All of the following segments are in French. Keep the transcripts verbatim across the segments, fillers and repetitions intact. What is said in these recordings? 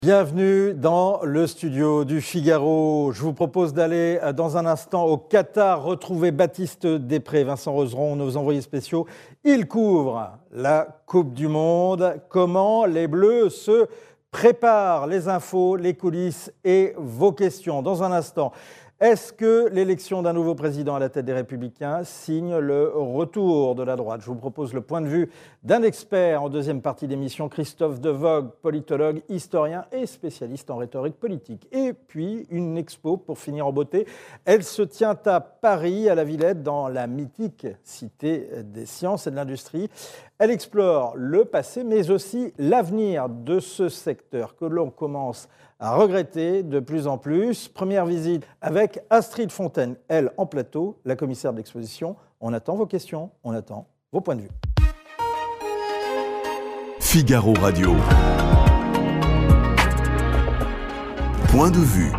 Bienvenue dans le studio du Figaro. Je vous propose d'aller dans un instant au Qatar retrouver Baptiste Després, Vincent Roseron, nos envoyés spéciaux. Ils couvrent la Coupe du Monde. Comment les Bleus se préparent? Les infos, les coulisses et vos questions. Dans un instant, est-ce que l'élection d'un nouveau président à la tête des Républicains signe le retour de la droite? Je vous propose le point de vue d'un expert en deuxième partie d'émission, Christophe Devoogd, politologue, historien et spécialiste en rhétorique politique. Et puis une expo pour finir en beauté. Elle se tient à Paris, à la Villette, dans la mythique cité des sciences et de l'industrie. Elle explore le passé, mais aussi l'avenir de ce secteur que l'on commence à regretter de plus en plus. Première visite avec Astrid Fontaine, elle en plateau, la commissaire de l'exposition. On attend vos questions, on attend vos points de vue. Figaro Radio. Point de vue.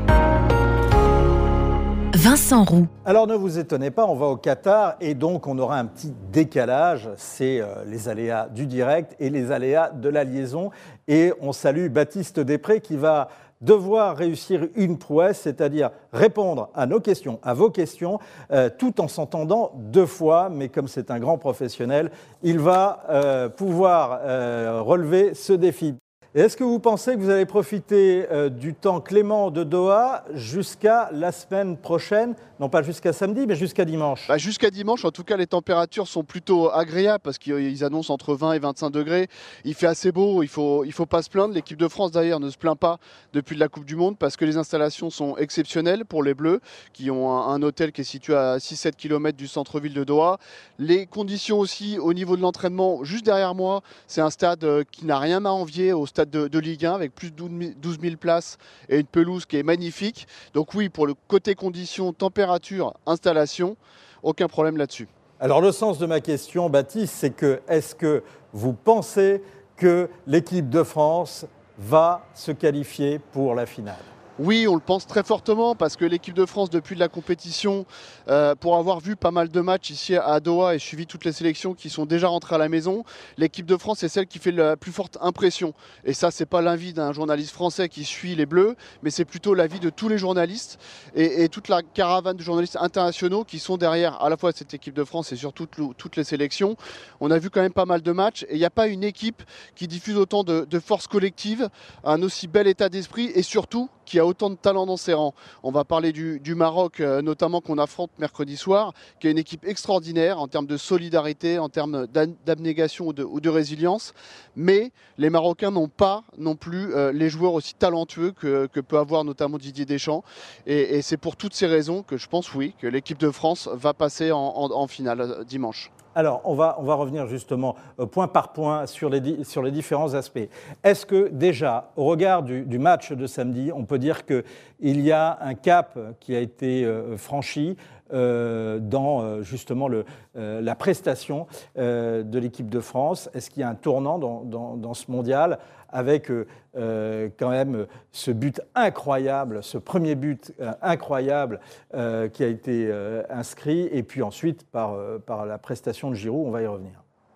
Vincent Roux. Alors ne vous étonnez pas, on va au Qatar et donc on aura un petit décalage. C'est euh, les aléas du direct et les aléas de la liaison. Et on salue Baptiste Després qui va devoir réussir une prouesse, c'est-à-dire répondre à nos questions, à vos questions, euh, tout en s'entendant deux fois. Mais comme c'est un grand professionnel, il va euh, pouvoir euh, relever ce défi. Et est-ce que vous pensez que vous allez profiter euh, du temps clément de Doha jusqu'à la semaine prochaine? Non pas jusqu'à samedi, mais jusqu'à dimanche. Bah jusqu'à dimanche, en tout cas, les températures sont plutôt agréables parce qu'ils annoncent entre vingt et vingt-cinq degrés. Il fait assez beau, il ne faut, il faut pas se plaindre. L'équipe de France, d'ailleurs, ne se plaint pas depuis la Coupe du Monde parce que les installations sont exceptionnelles pour les Bleus qui ont un, un hôtel qui est situé à six à sept kilomètres du centre-ville de Doha. Les conditions aussi au niveau de l'entraînement, juste derrière moi, c'est un stade qui n'a rien à envier au stade de, de Ligue un avec plus de douze mille places et une pelouse qui est magnifique. Donc oui, pour le côté conditions, température, installation, aucun problème là-dessus. Alors le sens de ma question, Baptiste, c'est que est-ce que vous pensez que l'équipe de France va se qualifier pour la finale ? Oui, on le pense très fortement parce que l'équipe de France, depuis la compétition, euh, pour avoir vu pas mal de matchs ici à Doha et suivi toutes les sélections qui sont déjà rentrées à la maison, l'équipe de France est celle qui fait la plus forte impression. Et ça, c'est pas l'avis d'un journaliste français qui suit les Bleus, mais c'est plutôt l'avis de tous les journalistes et, et toute la caravane de journalistes internationaux qui sont derrière à la fois cette équipe de France et surtout toutes les sélections. On a vu quand même pas mal de matchs et il n'y a pas une équipe qui diffuse autant de, de force collective, un aussi bel état d'esprit et surtout qui a autant de talent dans ses rangs. On va parler du, du Maroc, euh, notamment qu'on affronte mercredi soir, qui est une équipe extraordinaire en termes de solidarité, en termes d'abnégation ou de, ou de résilience. Mais les Marocains n'ont pas non plus euh, les joueurs aussi talentueux que, que peut avoir notamment Didier Deschamps. Et, et c'est pour toutes ces raisons que je pense, oui, que l'équipe de France va passer en, en, en finale euh, dimanche. Alors, on va, on va revenir justement euh, point par point sur les, sur les différents aspects. Est-ce que déjà, au regard du, du match de samedi, on peut dire qu'il y a un cap qui a été euh, franchi euh, dans euh, justement le, euh, la prestation euh, de l'équipe de France? Est-ce qu'il y a un tournant dans, dans, dans ce mondial avec euh, quand même ce but incroyable, ce premier but euh, incroyable euh, qui a été euh, inscrit, et puis ensuite par, euh, par la prestation de Giroud, on va y revenir.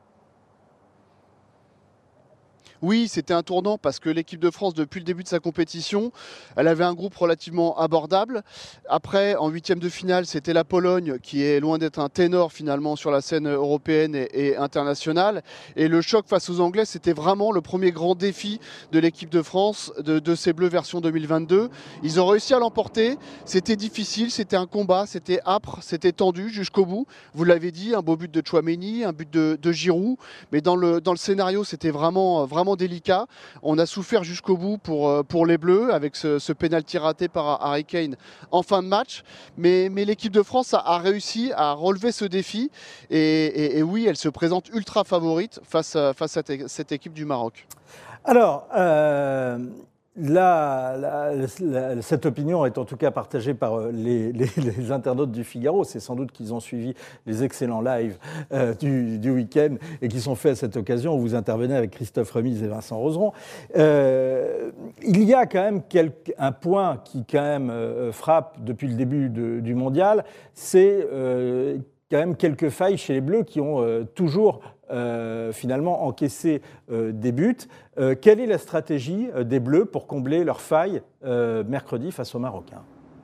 Oui, c'était un tournant parce que l'équipe de France, depuis le début de sa compétition, elle avait un groupe relativement abordable. Après, en huitième de finale, c'était la Pologne qui est loin d'être un ténor finalement sur la scène européenne et, et internationale. Et le choc face aux Anglais, c'était vraiment le premier grand défi de l'équipe de France, de, de ces Bleus version deux mille vingt-deux. Ils ont réussi à l'emporter. C'était difficile, c'était un combat, c'était âpre, c'était tendu jusqu'au bout. Vous l'avez dit, un beau but de Tchouaméni, un but de, de Giroud. Mais dans le, dans le scénario, c'était vraiment, vraiment délicat. On a souffert jusqu'au bout pour, pour les Bleus avec ce, ce pénalty raté par Harry Kane en fin de match. Mais, mais l'équipe de France a, a réussi à relever ce défi. Et, et, et oui, elle se présente ultra favorite face à, face à cette équipe du Maroc. Alors, euh, la, la, la, cette opinion est en tout cas partagée par les, les, les internautes du Figaro. C'est sans doute qu'ils ont suivi les excellents lives euh, du, du week-end et qui sont faits à cette occasion où vous intervenez avec Christophe Remise et Vincent Roseron. Euh, il y a quand même quelque, un point qui quand même euh, frappe depuis le début de, du mondial, c'est euh, quand même quelques failles chez les Bleus qui ont euh, toujours euh, finalement encaissé euh, des buts. Euh, quelle est la stratégie euh, des Bleus pour combler leurs failles euh, mercredi face aux Marocains ?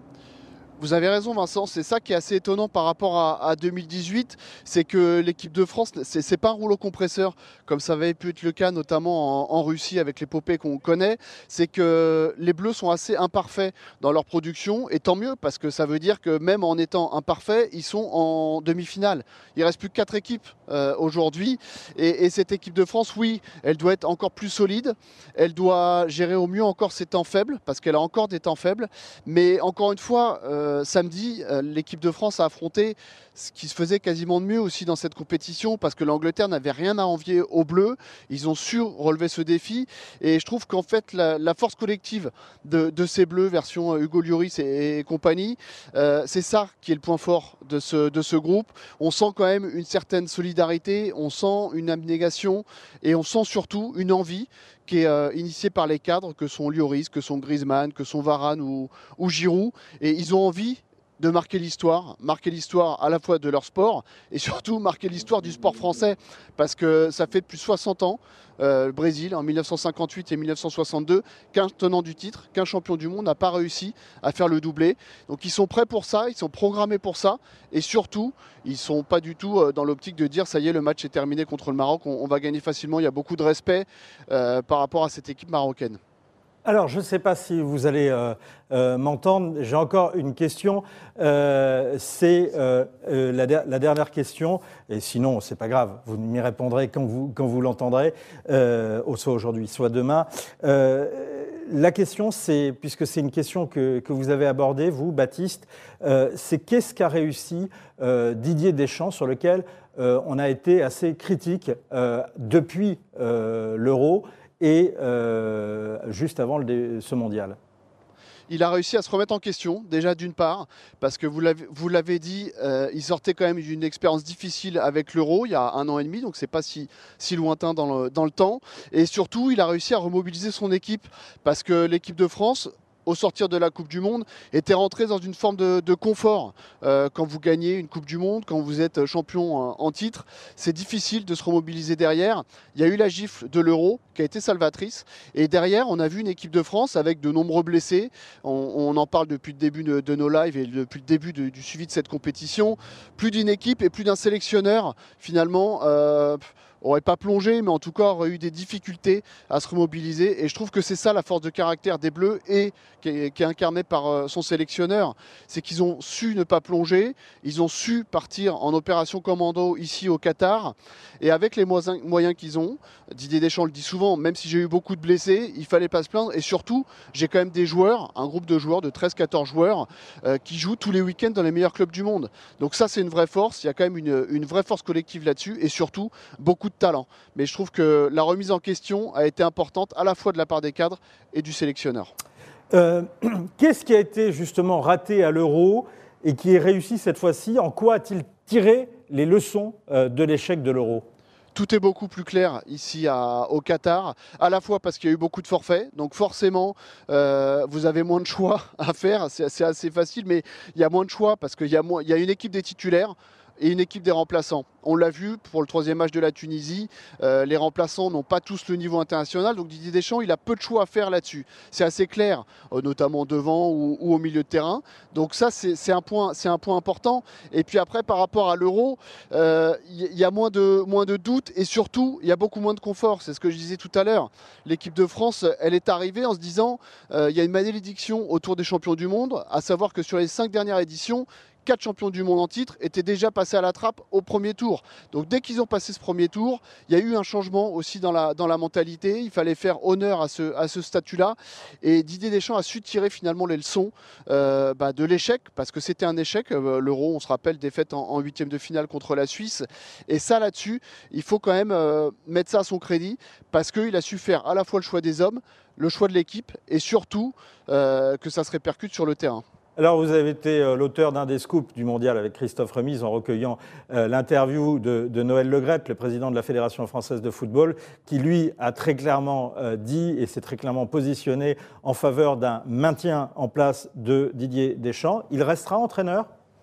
Vous avez raison Vincent, c'est ça qui est assez étonnant par rapport à, à deux mille dix-huit, c'est que l'équipe de France, c'est, c'est pas un rouleau compresseur comme ça avait pu être le cas notamment en, en Russie avec l'épopée qu'on connaît, c'est que les Bleus sont assez imparfaits dans leur production et tant mieux parce que ça veut dire que même en étant imparfaits, ils sont en demi-finale. Il reste plus que quatre équipes euh, aujourd'hui et, et cette équipe de France, oui, elle doit être encore plus solide, elle doit gérer au mieux encore ses temps faibles parce qu'elle a encore des temps faibles, mais encore une fois, euh, Euh, samedi, euh, l'équipe de France a affronté ce qui se faisait quasiment de mieux aussi dans cette compétition parce que l'Angleterre n'avait rien à envier aux Bleus. Ils ont su relever ce défi et je trouve qu'en fait la, la force collective de, de ces Bleus, version Hugo Lloris et, et compagnie, euh, c'est ça qui est le point fort de ce, de ce groupe. On sent quand même une certaine solidarité, on sent une abnégation et on sent surtout une envie qui est euh, initiée par les cadres que sont Lloris, que sont Griezmann, que sont Varane ou, ou Giroud. Et ils ont envie de marquer l'histoire, marquer l'histoire à la fois de leur sport et surtout marquer l'histoire du sport français parce que ça fait depuis soixante ans, euh, le Brésil en mille neuf cent cinquante-huit et mille neuf cent soixante-deux, qu'un tenant du titre, qu'un champion du monde n'a pas réussi à faire le doublé. Donc ils sont prêts pour ça, ils sont programmés pour ça et surtout ils ne sont pas du tout dans l'optique de dire ça y est, le match est terminé contre le Maroc, on, on va gagner facilement. Il y a beaucoup de respect euh, par rapport à cette équipe marocaine. Alors, je ne sais pas si vous allez euh, euh, m'entendre. J'ai encore une question. Euh, c'est euh, euh, la, der- la dernière question. Et sinon, ce n'est pas grave. Vous m'y répondrez quand vous, quand vous l'entendrez, euh, soit aujourd'hui, soit demain. Euh, la question, c'est, puisque c'est une question que, que vous avez abordée, vous, Baptiste, euh, c'est qu'est-ce qu'a réussi euh, Didier Deschamps, sur lequel euh, on a été assez critique euh, depuis euh, l'Euro et euh, juste avant le, ce mondial. Il a réussi à se remettre en question, déjà d'une part, parce que vous l'avez, vous l'avez dit, euh, il sortait quand même d'une expérience difficile avec l'Euro, il y a un an et demi, donc c'est pas si, si lointain dans le, dans le temps. Et surtout, il a réussi à remobiliser son équipe, parce que l'équipe de France, au sortir de la Coupe du Monde, était rentré dans une forme de, de confort. Euh, quand vous gagnez une Coupe du Monde, quand vous êtes champion en, en titre, c'est difficile de se remobiliser derrière. Il y a eu la gifle de l'Euro qui a été salvatrice. Et derrière, on a vu une équipe de France avec de nombreux blessés. On, on en parle depuis le début de, de nos lives et depuis le début de, du suivi de cette compétition. Plus d'une équipe et plus d'un sélectionneur, finalement, euh, n'aurait pas plongé, mais en tout cas aurait eu des difficultés à se remobiliser. Et je trouve que c'est ça la force de caractère des Bleus et qui est, qui est incarnée par son sélectionneur. C'est qu'ils ont su ne pas plonger, ils ont su partir en opération commando ici au Qatar. Et avec les moyens qu'ils ont, Didier Deschamps le dit souvent, même si j'ai eu beaucoup de blessés, il ne fallait pas se plaindre. Et surtout, j'ai quand même des joueurs, un groupe de joueurs, de treize quatorze joueurs, euh, qui jouent tous les week-ends dans les meilleurs clubs du monde. Donc ça, c'est une vraie force. Il y a quand même une, une vraie force collective là-dessus. Et surtout, beaucoup de talent. Mais je trouve que la remise en question a été importante à la fois de la part des cadres et du sélectionneur. Euh, qu'est-ce qui a été justement raté à l'Euro et qui est réussi cette fois-ci ? En quoi a-t-il tiré les leçons euh, de l'échec de l'Euro ? Tout est beaucoup plus clair ici à, au Qatar, à la fois parce qu'il y a eu beaucoup de forfaits, donc forcément euh, vous avez moins de choix à faire, c'est, c'est assez facile, mais il y a moins de choix parce qu'il y a, moins, il y a une équipe des titulaires et une équipe des remplaçants. On l'a vu pour le troisième match de la Tunisie, euh, les remplaçants n'ont pas tous le niveau international, donc Didier Deschamps, il a peu de choix à faire là-dessus. C'est assez clair, euh, notamment devant ou, ou au milieu de terrain. Donc ça, c'est, c'est, un point, c'est un point important. Et puis après, par rapport à l'Euro, il euh, y, y a moins de, moins de doutes et surtout, il y a beaucoup moins de confort. C'est ce que je disais tout à l'heure. L'équipe de France, elle est arrivée en se disant, il euh, y a une malédiction autour des champions du monde, à savoir que sur les cinq dernières éditions, quatre champions du monde en titre étaient déjà passés à la trappe au premier tour. Donc dès qu'ils ont passé ce premier tour, il y a eu un changement aussi dans la, dans la mentalité. Il fallait faire honneur à ce, à ce statut-là. Et Didier Deschamps a su tirer finalement les leçons euh, bah, de l'échec, parce que c'était un échec. Euh, L'Euro, on se rappelle, défaite en, en huitième de finale contre la Suisse. Et ça, là-dessus, il faut quand même euh, mettre ça à son crédit, parce qu'il a su faire à la fois le choix des hommes, le choix de l'équipe, et surtout euh, que ça se répercute sur le terrain. Alors, vous avez été euh, l'auteur d'un des scoops du Mondial avec Christophe Remise en recueillant euh, l'interview de, de Noël Le Graët, le président de la Fédération française de football, qui, lui, a très clairement euh, dit et s'est très clairement positionné en faveur d'un maintien en place de Didier Deschamps. Il restera entraîneur ?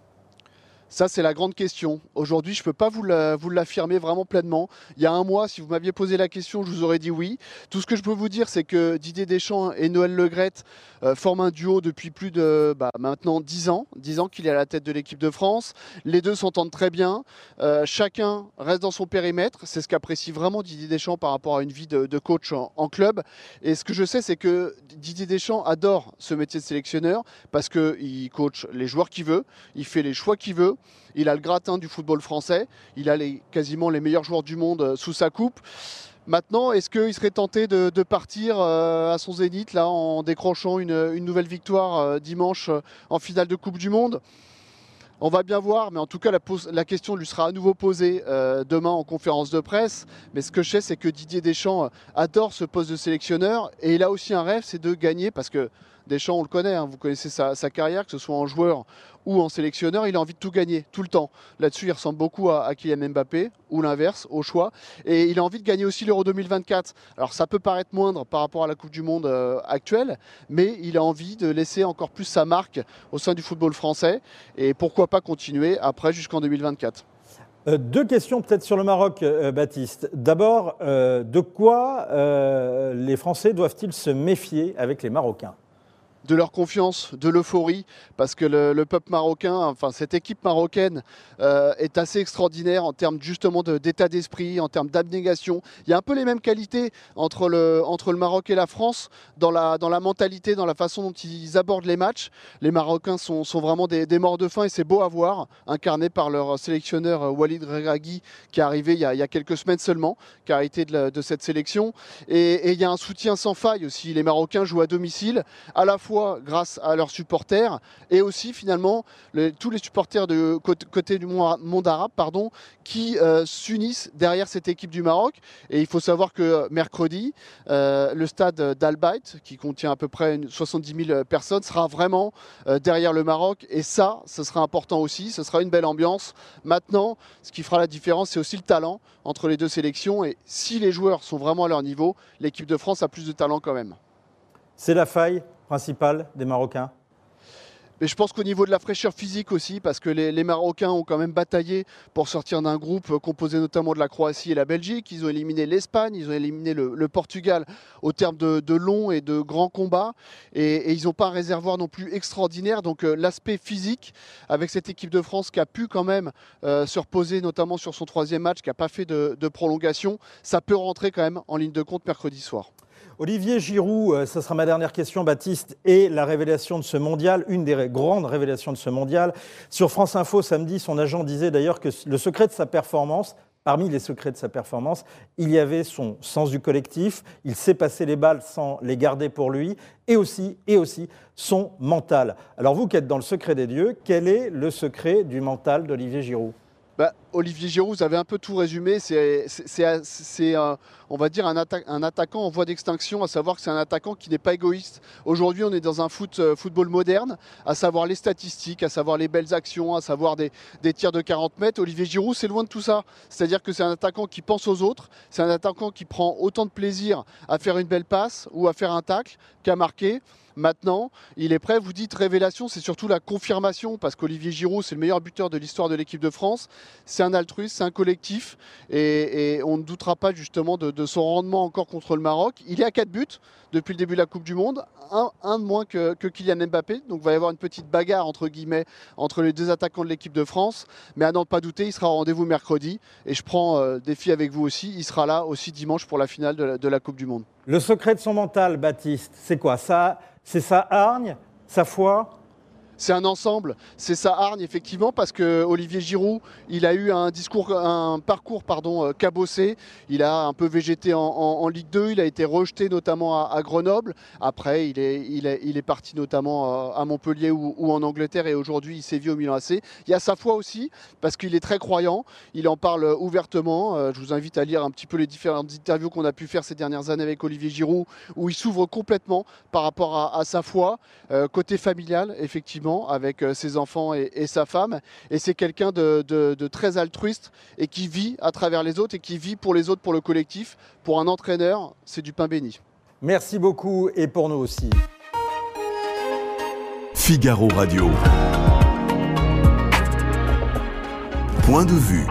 Ça, c'est la grande question. Aujourd'hui, je ne peux pas vous, la, vous l'affirmer vraiment pleinement. Il y a un mois, si vous m'aviez posé la question, je vous aurais dit oui. Tout ce que je peux vous dire, c'est que Didier Deschamps et Noël Le Graët euh, forment un duo depuis plus de bah, maintenant dix ans. dix ans qu'il est à la tête de l'équipe de France. Les deux s'entendent très bien. Euh, chacun reste dans son périmètre. C'est ce qu'apprécie vraiment Didier Deschamps par rapport à une vie de, de coach en, en club. Et ce que je sais, c'est que Didier Deschamps adore ce métier de sélectionneur parce qu'il coach les joueurs qu'il veut, il fait les choix qu'il veut. Il a le gratin du football français, il a les, quasiment les meilleurs joueurs du monde sous sa coupe. Maintenant, est-ce qu'il serait tenté de, de partir euh, à son zénith là, en décrochant une, une nouvelle victoire euh, dimanche euh, en finale de Coupe du Monde ? On va bien voir, mais en tout cas, la, pose, la question lui sera à nouveau posée euh, demain en conférence de presse. Mais ce que je sais, c'est que Didier Deschamps adore ce poste de sélectionneur et il a aussi un rêve, c'est de gagner parce que Deschamps, on le connaît, hein, vous connaissez sa, sa carrière, que ce soit en joueur ou en sélectionneur, il a envie de tout gagner, tout le temps. Là-dessus, il ressemble beaucoup à, à Kylian Mbappé, ou l'inverse, au choix. Et il a envie de gagner aussi l'Euro deux mille vingt-quatre. Alors ça peut paraître moindre par rapport à la Coupe du Monde euh, actuelle, mais il a envie de laisser encore plus sa marque au sein du football français. Et pourquoi pas continuer après jusqu'en deux mille vingt-quatre. Euh, deux questions peut-être sur le Maroc, euh, Baptiste. D'abord, euh, de quoi euh, les Français doivent-ils se méfier avec les Marocains ? De leur confiance, de l'euphorie, parce que le, le peuple marocain, enfin cette équipe marocaine euh, est assez extraordinaire en termes justement de, d'état d'esprit, en termes d'abnégation. Il y a un peu les mêmes qualités entre le, entre le Maroc et la France dans la, dans la mentalité, dans la façon dont ils abordent les matchs. Les Marocains sont, sont vraiment des, des morts de faim et c'est beau à voir, incarné par leur sélectionneur Walid Regragui qui est arrivé il y a, il y a quelques semaines seulement, qui a été de, la, de cette sélection. Et, et il y a un soutien sans faille aussi. Les Marocains jouent à domicile, à la fois grâce à leurs supporters et aussi finalement le, tous les supporters de côté, côté du monde arabe pardon, qui euh, s'unissent derrière cette équipe du Maroc. Et il faut savoir que mercredi, euh, le stade d'Al Bayt, qui contient à peu près soixante-dix mille personnes, sera vraiment euh, derrière le Maroc. Et ça, ce sera important aussi. Ce sera une belle ambiance. Maintenant, ce qui fera la différence, c'est aussi le talent entre les deux sélections. Et si les joueurs sont vraiment à leur niveau, l'équipe de France a plus de talent quand même. C'est la faille principale des Marocains ? Mais je pense qu'au niveau de la fraîcheur physique aussi, parce que les, les Marocains ont quand même bataillé pour sortir d'un groupe composé notamment de la Croatie et la Belgique. Ils ont éliminé l'Espagne, ils ont éliminé le, le Portugal au terme de, de longs et de grands combats. Et, et ils n'ont pas un réservoir non plus extraordinaire. Donc euh, l'aspect physique, avec cette équipe de France qui a pu quand même euh, se reposer notamment sur son troisième match, qui n'a pas fait de, de prolongation, ça peut rentrer quand même en ligne de compte mercredi soir. Olivier Giroud, ce sera ma dernière question, Baptiste, est la révélation de ce mondial, une des grandes révélations de ce mondial. Sur France Info, samedi, son agent disait d'ailleurs que le secret de sa performance, parmi les secrets de sa performance, il y avait son sens du collectif, il sait passer les balles sans les garder pour lui, et aussi, et aussi son mental. Alors vous qui êtes dans le secret des dieux, quel est le secret du mental d'Olivier Giroud ? Bah, Olivier Giroud, vous avez un peu tout résumé. C'est, c'est, c'est, c'est euh, on va dire, un, atta- un attaquant en voie d'extinction, à savoir que c'est un attaquant qui n'est pas égoïste. Aujourd'hui, on est dans un foot, euh, football moderne, à savoir les statistiques, à savoir les belles actions, à savoir des, des tirs de quarante mètres. Olivier Giroud, c'est loin de tout ça. C'est-à-dire que c'est un attaquant qui pense aux autres. C'est un attaquant qui prend autant de plaisir à faire une belle passe ou à faire un tacle qu'à marquer. Maintenant, il est prêt. Vous dites révélation, c'est surtout la confirmation parce qu'Olivier Giroud, c'est le meilleur buteur de l'histoire de l'équipe de France. C'est un altruiste, c'est un collectif et, et on ne doutera pas justement de, de son rendement encore contre le Maroc. Il est à quatre buts depuis le début de la Coupe du Monde, un, un de moins que, que Kylian Mbappé. Donc il va y avoir une petite bagarre entre guillemets entre les deux attaquants de l'équipe de France. Mais à n'en pas douter, il sera au rendez-vous mercredi et je prends euh, défi avec vous aussi. Il sera là aussi dimanche pour la finale de la, de la Coupe du Monde. Le secret de son mental, Baptiste, c'est quoi ça? C'est sa hargne, sa foi? C'est un ensemble, c'est sa hargne effectivement parce que Olivier Giroud, il a eu un discours, un parcours pardon cabossé. Il a un peu végété en, en, en Ligue deux, il a été rejeté notamment à, à Grenoble. Après, il est, il est, il est parti notamment à Montpellier ou, ou en Angleterre et aujourd'hui il sévit au Milan A C. Il y a sa foi aussi parce qu'il est très croyant. Il en parle ouvertement. Je vous invite à lire un petit peu les différentes interviews qu'on a pu faire ces dernières années avec Olivier Giroud où il s'ouvre complètement par rapport à, à sa foi. Euh, côté familial, effectivement, avec ses enfants et, et sa femme. Et c'est quelqu'un de, de, de très altruiste et qui vit à travers les autres et qui vit pour les autres, pour le collectif. Pour un entraîneur, c'est du pain béni. Merci beaucoup et pour nous aussi. Figaro Radio. Point de vue.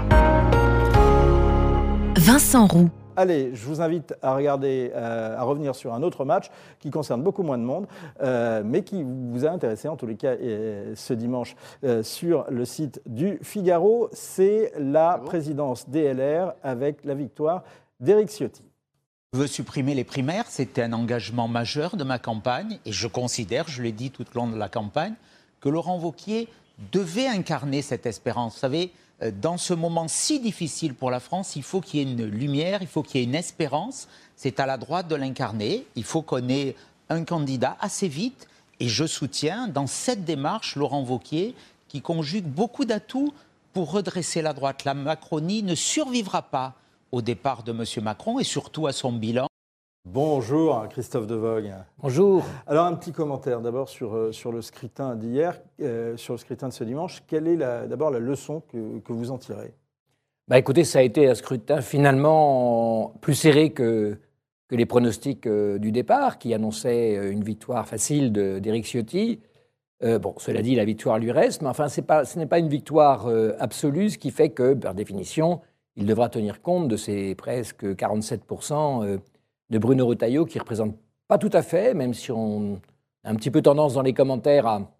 Vincent Roux. Allez, je vous invite à regarder, euh, à revenir sur un autre match qui concerne beaucoup moins de monde, euh, mais qui vous a intéressé en tous les cas euh, ce dimanche euh, sur le site du Figaro. C'est la présidence D L R avec la victoire d'Éric Ciotti. Je veux supprimer les primaires, c'était un engagement majeur de ma campagne et je considère, je l'ai dit tout au long de la campagne, que Laurent Wauquiez devait incarner cette espérance. Vous savez, dans ce moment si difficile pour la France, il faut qu'il y ait une lumière, il faut qu'il y ait une espérance. C'est à la droite de l'incarner. Il faut qu'on ait un candidat assez vite. Et je soutiens dans cette démarche Laurent Wauquiez qui conjugue beaucoup d'atouts pour redresser la droite. La Macronie ne survivra pas au départ de M. Macron et surtout à son bilan. Bonjour Christophe Devoogd. Bonjour. Alors un petit commentaire d'abord sur, euh, sur le scrutin d'hier, euh, sur le scrutin de ce dimanche. Quelle est la, d'abord la leçon que, que vous en tirez ? Bah écoutez, ça a été un scrutin finalement plus serré que, que les pronostics euh, du départ, qui annonçaient une victoire facile de, d'Éric Ciotti. Euh, bon, cela dit, la victoire lui reste, mais enfin c'est pas, ce n'est pas une victoire euh, absolue, ce qui fait que, par définition, il devra tenir compte de ces presque quarante-sept pour cent euh, de Bruno Retailleau, qui ne représente pas tout à fait, même si on a un petit peu tendance dans les commentaires à,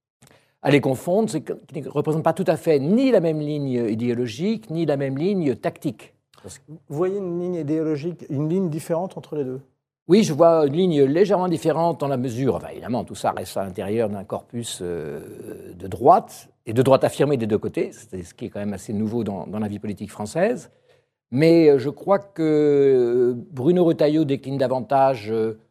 à les confondre, c'est qu'ils ne représentent pas tout à fait ni la même ligne idéologique, ni la même ligne tactique. Vous voyez une ligne idéologique, une ligne différente entre les deux ? Oui, je vois une ligne légèrement différente dans la mesure, enfin, évidemment, tout ça reste à l'intérieur d'un corpus euh, de droite, et de droite affirmée des deux côtés, c'est ce qui est quand même assez nouveau dans, dans la vie politique française. Mais je crois que Bruno Retailleau décline davantage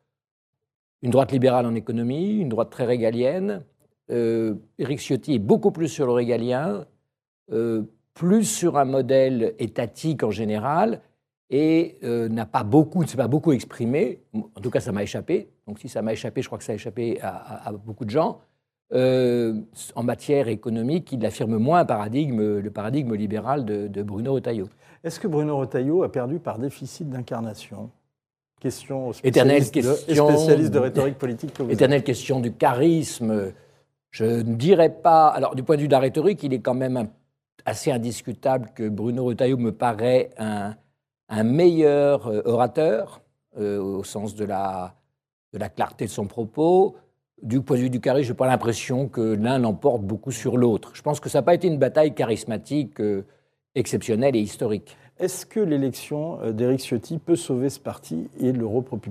une droite libérale en économie, une droite très régalienne. Euh, Éric Ciotti est beaucoup plus sur le régalien, euh, plus sur un modèle étatique en général, et euh, n'a pas beaucoup, ne s'est pas beaucoup exprimé. En tout cas, ça m'a échappé. Donc si ça m'a échappé, je crois que ça a échappé à, à, à beaucoup de gens. Euh, en matière économique, il affirme moins un paradigme, le paradigme libéral de, de Bruno Retailleau. Est-ce que Bruno Retailleau a perdu par déficit d'incarnation ? Question éternelle spécialiste, question, de, spécialiste de rhétorique politique que vous éternelle êtes. question du charisme. Je ne dirais pas... Alors, du point de vue de la rhétorique, il est quand même un, assez indiscutable que Bruno Retailleau me paraît un, un meilleur orateur, euh, au sens de la, de la clarté de son propos. Du point de vue du charisme, je n'ai pas l'impression que l'un l'emporte beaucoup sur l'autre. Je pense que ça n'a pas été une bataille charismatique euh, exceptionnelle et historique. Est-ce que l'élection d'Éric Ciotti peut sauver ce parti et le repropulser ?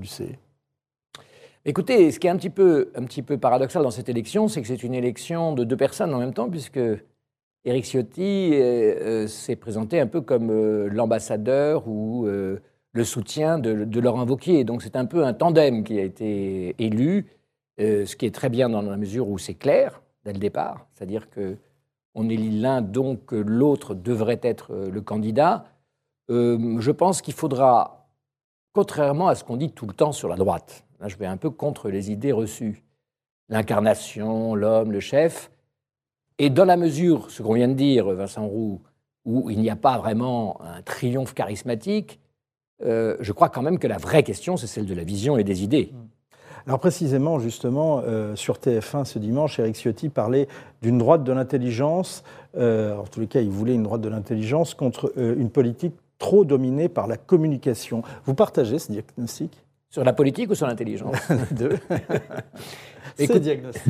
Écoutez, ce qui est un petit peu, un petit peu paradoxal dans cette élection, c'est que c'est une élection de deux personnes en même temps, puisque Éric Ciotti euh, euh, s'est présenté un peu comme euh, l'ambassadeur ou euh, le soutien de, de Laurent Wauquiez. Donc c'est un peu un tandem qui a été élu, euh, ce qui est très bien dans la mesure où c'est clair dès le départ, c'est-à-dire que on élit l'un, donc l'autre devrait être le candidat. Euh, je pense qu'il faudra, contrairement à ce qu'on dit tout le temps sur la droite, là je vais un peu contre les idées reçues, l'incarnation, l'homme, le chef, et dans la mesure, ce qu'on vient de dire, Vincent Roux, où il n'y a pas vraiment un triomphe charismatique, euh, je crois quand même que la vraie question, c'est celle de la vision et des idées. Alors précisément, justement, euh, sur T F un ce dimanche, Éric Ciotti parlait d'une droite de l'intelligence, euh, en tous les cas, il voulait une droite de l'intelligence contre euh, une politique trop dominée par la communication. Vous partagez ce diagnostic ? Sur la politique ou sur l'intelligence ? Les deux. Écoute, ce diagnostic.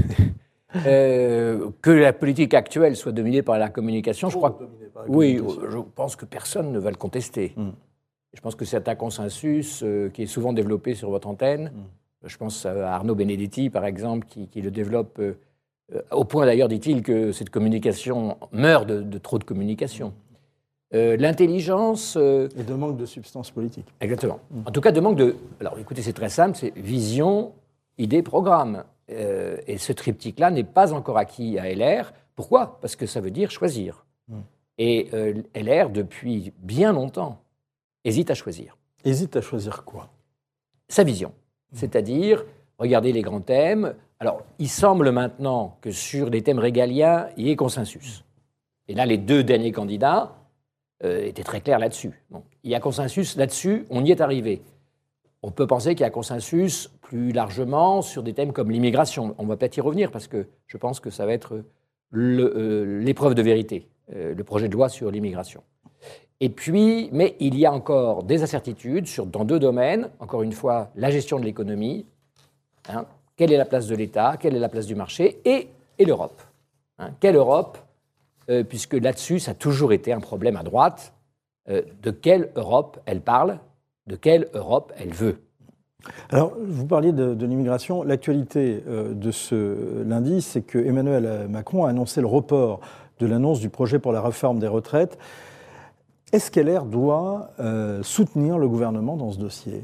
Euh, que la politique actuelle soit dominée par la communication, je crois que... Oui, je pense que personne ne va le contester. Mm. Je pense que c'est un consensus euh, qui est souvent développé sur votre antenne. Mm. Je pense à Arnaud Benedetti, par exemple, qui, qui le développe, euh, au point d'ailleurs, dit-il, que cette communication meurt de, de trop de communication. Euh, l'intelligence... Euh, Et de manque de substance politique. Exactement. Mm. En tout cas, de manque de... Alors, écoutez, c'est très simple, c'est vision, idée, programme. Euh, et ce triptyque-là n'est pas encore acquis à L R. Pourquoi ? Parce que ça veut dire choisir. Mm. Et euh, L R, depuis bien longtemps, hésite à choisir. Hésite à choisir quoi ? Sa vision. C'est-à-dire, regardez les grands thèmes. Alors, il semble maintenant que sur les thèmes régaliens, il y ait consensus. Et là, les deux derniers candidats euh, étaient très clairs là-dessus. Bon, il y a consensus là-dessus, on y est arrivé. On peut penser qu'il y a consensus plus largement sur des thèmes comme l'immigration. On va peut-être y revenir parce que je pense que ça va être le, euh, l'épreuve de vérité euh, le projet de loi sur l'immigration. Et puis, mais il y a encore des incertitudes sur, dans deux domaines. Encore une fois, la gestion de l'économie. Hein, quelle est la place de l'État? Quelle est la place du marché? Et, et l'Europe. Hein, quelle Europe? euh, Puisque là-dessus, ça a toujours été un problème à droite. Euh, de quelle Europe elle parle? De quelle Europe elle veut? Alors, vous parliez de, de l'immigration. L'actualité euh, de ce lundi, c'est que Emmanuel Macron a annoncé le report de l'annonce du projet pour la réforme des retraites. Est-ce qu'L R doit euh, soutenir le gouvernement dans ce dossier?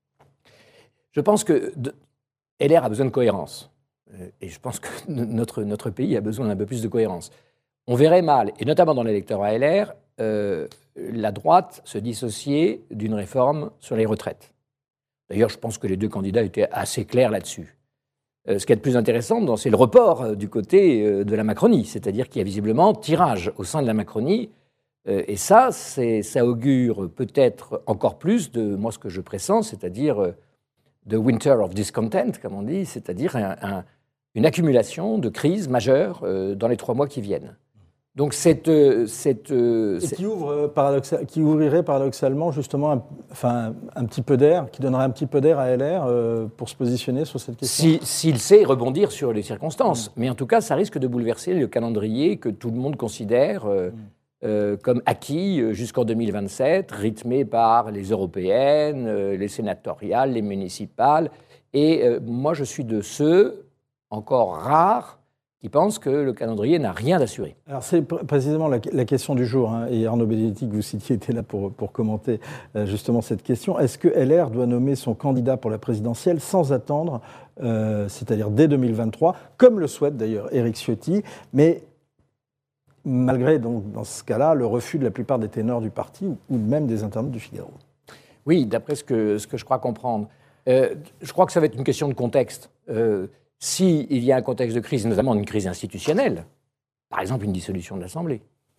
Je pense que de, L R a besoin de cohérence. Et je pense que notre, notre pays a besoin d'un peu plus de cohérence. On verrait mal, et notamment dans l'électorat L R, euh, la droite se dissocier d'une réforme sur les retraites. D'ailleurs, je pense que les deux candidats étaient assez clairs là-dessus. Euh, ce qui est le plus intéressant, c'est le report euh, du côté euh, de la Macronie, c'est-à-dire qu'il y a visiblement tirage au sein de la Macronie. Euh, et ça, c'est, ça augure peut-être encore plus de, moi, ce que je pressens, c'est-à-dire euh, de winter of discontent, comme on dit, c'est-à-dire un, un, une accumulation de crises majeures euh, dans les trois mois qui viennent. Donc cette... cette Et qui, ouvre, paradoxal, qui ouvrirait paradoxalement justement un, enfin, un petit peu d'air, qui donnerait un petit peu d'air à L R euh, pour se positionner sur cette question. Si, s'il sait rebondir sur les circonstances. Mmh. Mais en tout cas, ça risque de bouleverser le calendrier que tout le monde considère euh, mmh. euh, comme acquis jusqu'en deux mille vingt-sept, rythmé par les européennes, euh, les sénatoriales, les municipales. Et euh, moi, je suis de ceux, encore rares, qui pensent que le calendrier n'a rien d'assuré. Alors c'est précisément la, la question du jour, hein, et Arnaud Benedetti, que vous citiez, était là pour, pour commenter euh, justement cette question. Est-ce que L R doit nommer son candidat pour la présidentielle sans attendre, euh, c'est-à-dire dès deux mille vingt-trois, comme le souhaite d'ailleurs Éric Ciotti, mais malgré donc dans ce cas-là le refus de la plupart des ténors du parti ou, ou même des internautes du Figaro? Oui, d'après ce que, ce que je crois comprendre. Euh, je crois que ça va être une question de contexte. Euh, S'il y a un contexte de crise, notamment une crise institutionnelle, par exemple une dissolution de l'Assemblée,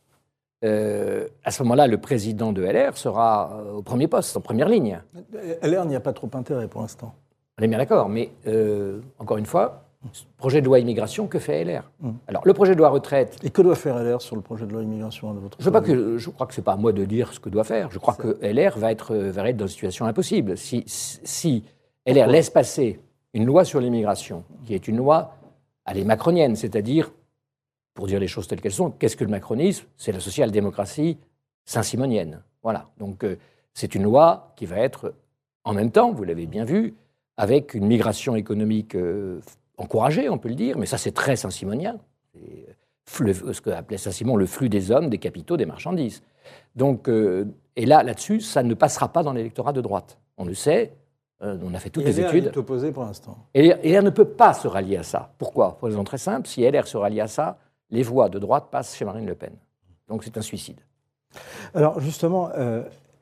euh, à ce moment-là, le président de L R sera au premier poste, en première ligne. L R n'y a pas trop intérêt pour l'instant. On est bien d'accord, mais euh, encore une fois, projet de loi immigration, que fait L R? mmh. Alors, le projet de loi retraite... Et que doit faire L R sur le projet de loi immigration de votre je, pas que, je crois que ce n'est pas à moi de dire ce que doit faire. Je crois C'est... que L R va être, va être dans une situation impossible. Si, si L R Pourquoi? laisse passer une loi sur l'immigration, qui est une loi, elle est macronienne, c'est-à-dire, pour dire les choses telles qu'elles sont, qu'est-ce que le macronisme? C'est la social-démocratie saint-simonienne. Voilà. Donc, euh, c'est une loi qui va être, en même temps, vous l'avez bien vu, avec une migration économique euh, encouragée, on peut le dire, mais ça, c'est très saint-simonien. C'est le, ce qu'appelait Saint-Simon le flux des hommes, des capitaux, des marchandises. Donc, euh, et là, là-dessus, ça ne passera pas dans l'électorat de droite. On le sait. Euh, on a fait toutes et les L R études. est opposé pour l'instant. Et L R ne peut pas se rallier à ça. Pourquoi? Pour une raison très simple. Si L R se rallie à ça, les voix de droite passent chez Marine Le Pen. Donc c'est un suicide. Alors justement, euh,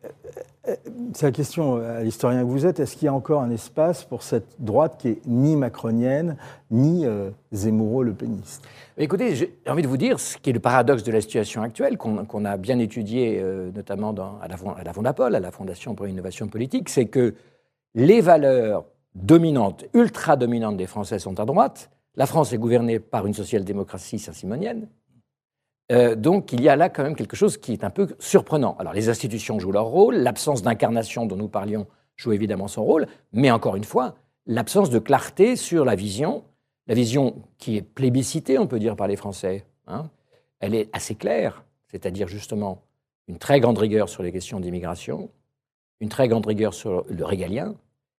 c'est la question à l'historien que vous êtes. Est-ce qu'il y a encore un espace pour cette droite qui est ni macronienne, ni euh, zemmouro-lepéniste? Écoutez, j'ai envie de vous dire ce qui est le paradoxe de la situation actuelle, qu'on, qu'on a bien étudié, euh, notamment dans, à, la, à la Fondapol, à la Fondation pour l'innovation politique, c'est que les valeurs dominantes, ultra-dominantes des Français sont à droite. La France est gouvernée par une social-démocratie saint-simonienne. Euh, donc, il y a là quand même quelque chose qui est un peu surprenant. Alors, les institutions jouent leur rôle, l'absence d'incarnation dont nous parlions joue évidemment son rôle, mais encore une fois, l'absence de clarté sur la vision, la vision qui est plébiscitée, on peut dire, par les Français, hein, elle est assez claire, c'est-à-dire justement une très grande rigueur sur les questions d'immigration, une très grande rigueur sur le régalien,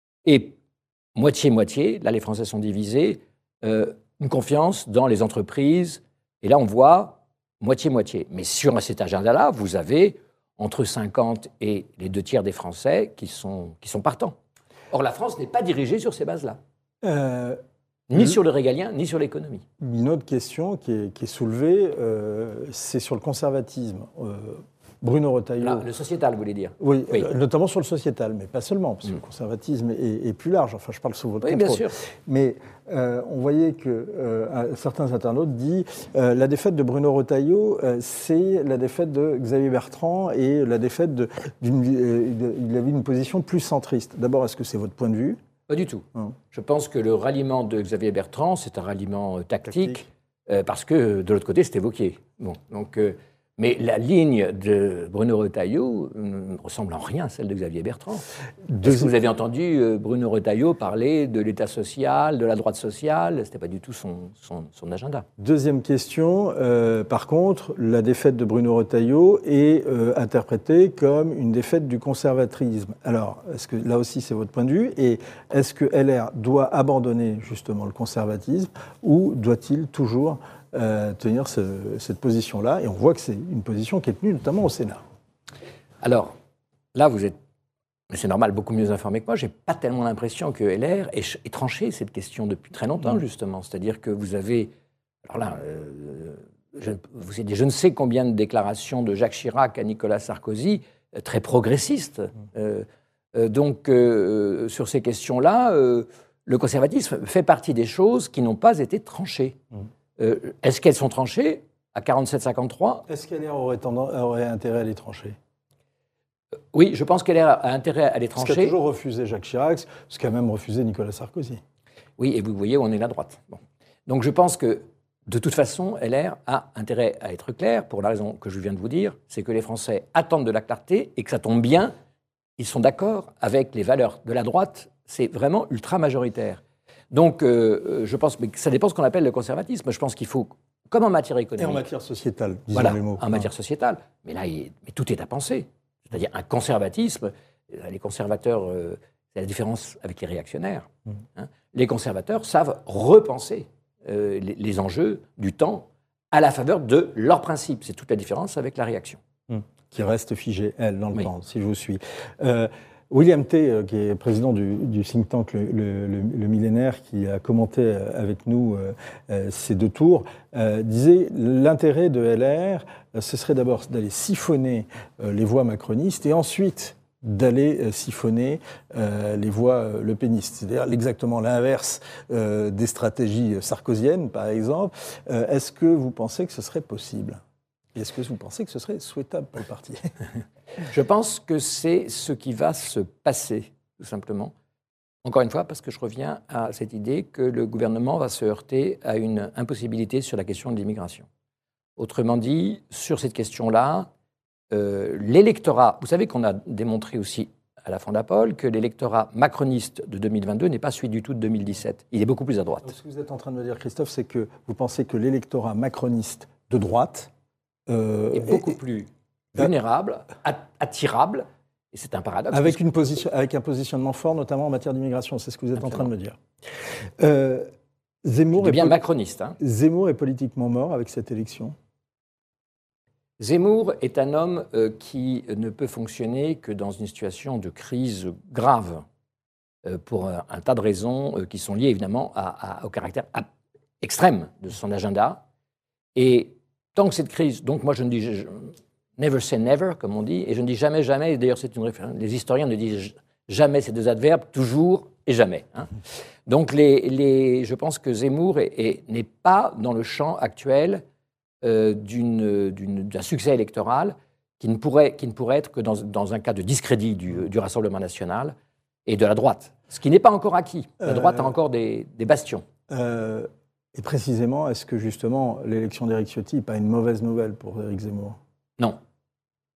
et moitié-moitié, là les Français sont divisés, euh, une confiance dans les entreprises, et là on voit moitié-moitié. Mais sur cet agenda-là, vous avez entre cinquante et les deux tiers des Français qui sont, qui sont partants. Or la France n'est pas dirigée sur ces bases-là. Euh, ni le... sur le régalien, ni sur l'économie. Une autre question qui est, qui est soulevée, euh, c'est sur le conservatisme. Euh, Bruno Retailleau. Là, le sociétal, vous voulez dire? Oui, oui. Euh, notamment sur le sociétal, mais pas seulement, parce que mmh. le conservatisme est, est plus large. Enfin, je parle sous votre oui, contrôle. Bien sûr. Mais euh, on voyait que euh, certains internautes disent euh, la défaite de Bruno Retailleau, euh, c'est la défaite de Xavier Bertrand et la défaite de, d'une. Euh, il avait une position plus centriste. D'abord, est-ce que c'est votre point de vue? Pas du tout. Hum. Je pense que le ralliement de Xavier Bertrand, c'est un ralliement euh, tactique, tactique. Euh, parce que de l'autre côté, c'est évoqué. Bon, donc. Euh, Mais la ligne de Bruno Retailleau ne ressemble en rien à celle de Xavier Bertrand. Est-ce que vous avez entendu Bruno Retailleau parler de l'État social, de la droite sociale? Ce n'était pas du tout son, son, son agenda. Deuxième question. Euh, par contre, la défaite de Bruno Retailleau est euh, interprétée comme une défaite du conservatisme. Alors, est-ce que là aussi c'est votre point de vue? Et est-ce que L R doit abandonner justement le conservatisme ou doit-il toujours Euh, tenir ce, cette position-là, et on voit que c'est une position qui est tenue notamment au Sénat. Alors, là, vous êtes, mais c'est normal, beaucoup mieux informé que moi, je n'ai pas tellement l'impression que L R ait, ait tranché cette question depuis très longtemps, mmh. justement. C'est-à-dire que vous avez, alors là, euh, je, vous avez je ne sais combien de déclarations de Jacques Chirac à Nicolas Sarkozy, euh, très progressistes. Mmh. Euh, euh, donc, euh, sur ces questions-là, euh, le conservatisme fait partie des choses qui n'ont pas été tranchées. Mmh. Euh, est-ce qu'elles sont tranchées à quarante-sept à cinquante-trois? Est-ce qu'L R aurait, aurait intérêt à les trancher? euh, Oui, je pense qu'L R a intérêt à les trancher. Ce qu'a toujours refusé Jacques Chirac, ce qu'a même refusé Nicolas Sarkozy. Oui, et vous voyez où on est la droite. Bon. Donc je pense que, de toute façon, L R a intérêt à être clair, pour la raison que je viens de vous dire, c'est que les Français attendent de la clarté et que ça tombe bien, ils sont d'accord avec les valeurs de la droite, c'est vraiment ultra majoritaire. Donc, euh, je pense, mais ça dépend de ce qu'on appelle le conservatisme. Je pense qu'il faut, comme en matière économique... Et en matière sociétale, disons voilà, les mots. en matière sociétale. Mais là, il, mais tout est à penser. C'est-à-dire un conservatisme, les conservateurs, euh, c'est la différence avec les réactionnaires. Mmh. Hein. Les conservateurs savent repenser euh, les, les enjeux du temps à la faveur de leurs principes. C'est toute la différence avec la réaction. Mmh. Qui reste figée, elle, dans le oui. temps, si je vous suis. Euh, William T., qui est président du, du think tank le, le, le, le Millénaire, qui a commenté avec nous euh, ces deux tours, euh, disait l'intérêt de L R, ce serait d'abord d'aller siphonner euh, les voix macronistes et ensuite d'aller euh, siphonner euh, les voix euh, lepénistes. C'est-à-dire exactement l'inverse euh, des stratégies sarkoziennes, par exemple. Euh, est-ce que vous pensez que ce serait possible ? Et est-ce que vous pensez que ce serait souhaitable pour le parti ? Je pense que c'est ce qui va se passer, tout simplement. Encore une fois, parce que je reviens à cette idée que le gouvernement va se heurter à une impossibilité sur la question de l'immigration. Autrement dit, sur cette question-là, euh, l'électorat... Vous savez qu'on a démontré aussi à la Fondapol que l'électorat macroniste de deux mille vingt-deux n'est pas celui du tout de deux mille dix-sept. Il est beaucoup plus à droite. Ce que vous êtes en train de me dire, Christophe, c'est que vous pensez que l'électorat macroniste de droite... Euh, est beaucoup et, plus vulnérable, attirable, et c'est un paradoxe. Avec, une position, avec un positionnement fort, notamment en matière d'immigration, c'est ce que vous êtes Absolument. en train de me dire. Euh, Zemmour, est bien macroniste, hein. Zemmour est politiquement mort avec cette élection. Zemmour est un homme euh, qui ne peut fonctionner que dans une situation de crise grave, euh, pour un, un tas de raisons euh, qui sont liées évidemment à, à, au caractère à, extrême de son agenda. Et tant que cette crise, donc moi je ne dis je, never say never, comme on dit, et je ne dis jamais, jamais, et d'ailleurs c'est une référence, les historiens ne disent jamais ces deux adverbes, toujours et jamais. Hein. Donc les, les, je pense que Zemmour est, est, n'est pas dans le champ actuel euh, d'une, d'une, d'un succès électoral qui ne pourrait, qui ne pourrait être que dans, dans un cas de discrédit du, du Rassemblement national et de la droite, ce qui n'est pas encore acquis. La droite euh, a encore des, des bastions. Euh... Et précisément, est-ce que justement l'élection d'Éric Ciotti n'est pas une mauvaise nouvelle pour Éric Zemmour ? Non. Pourquoi ?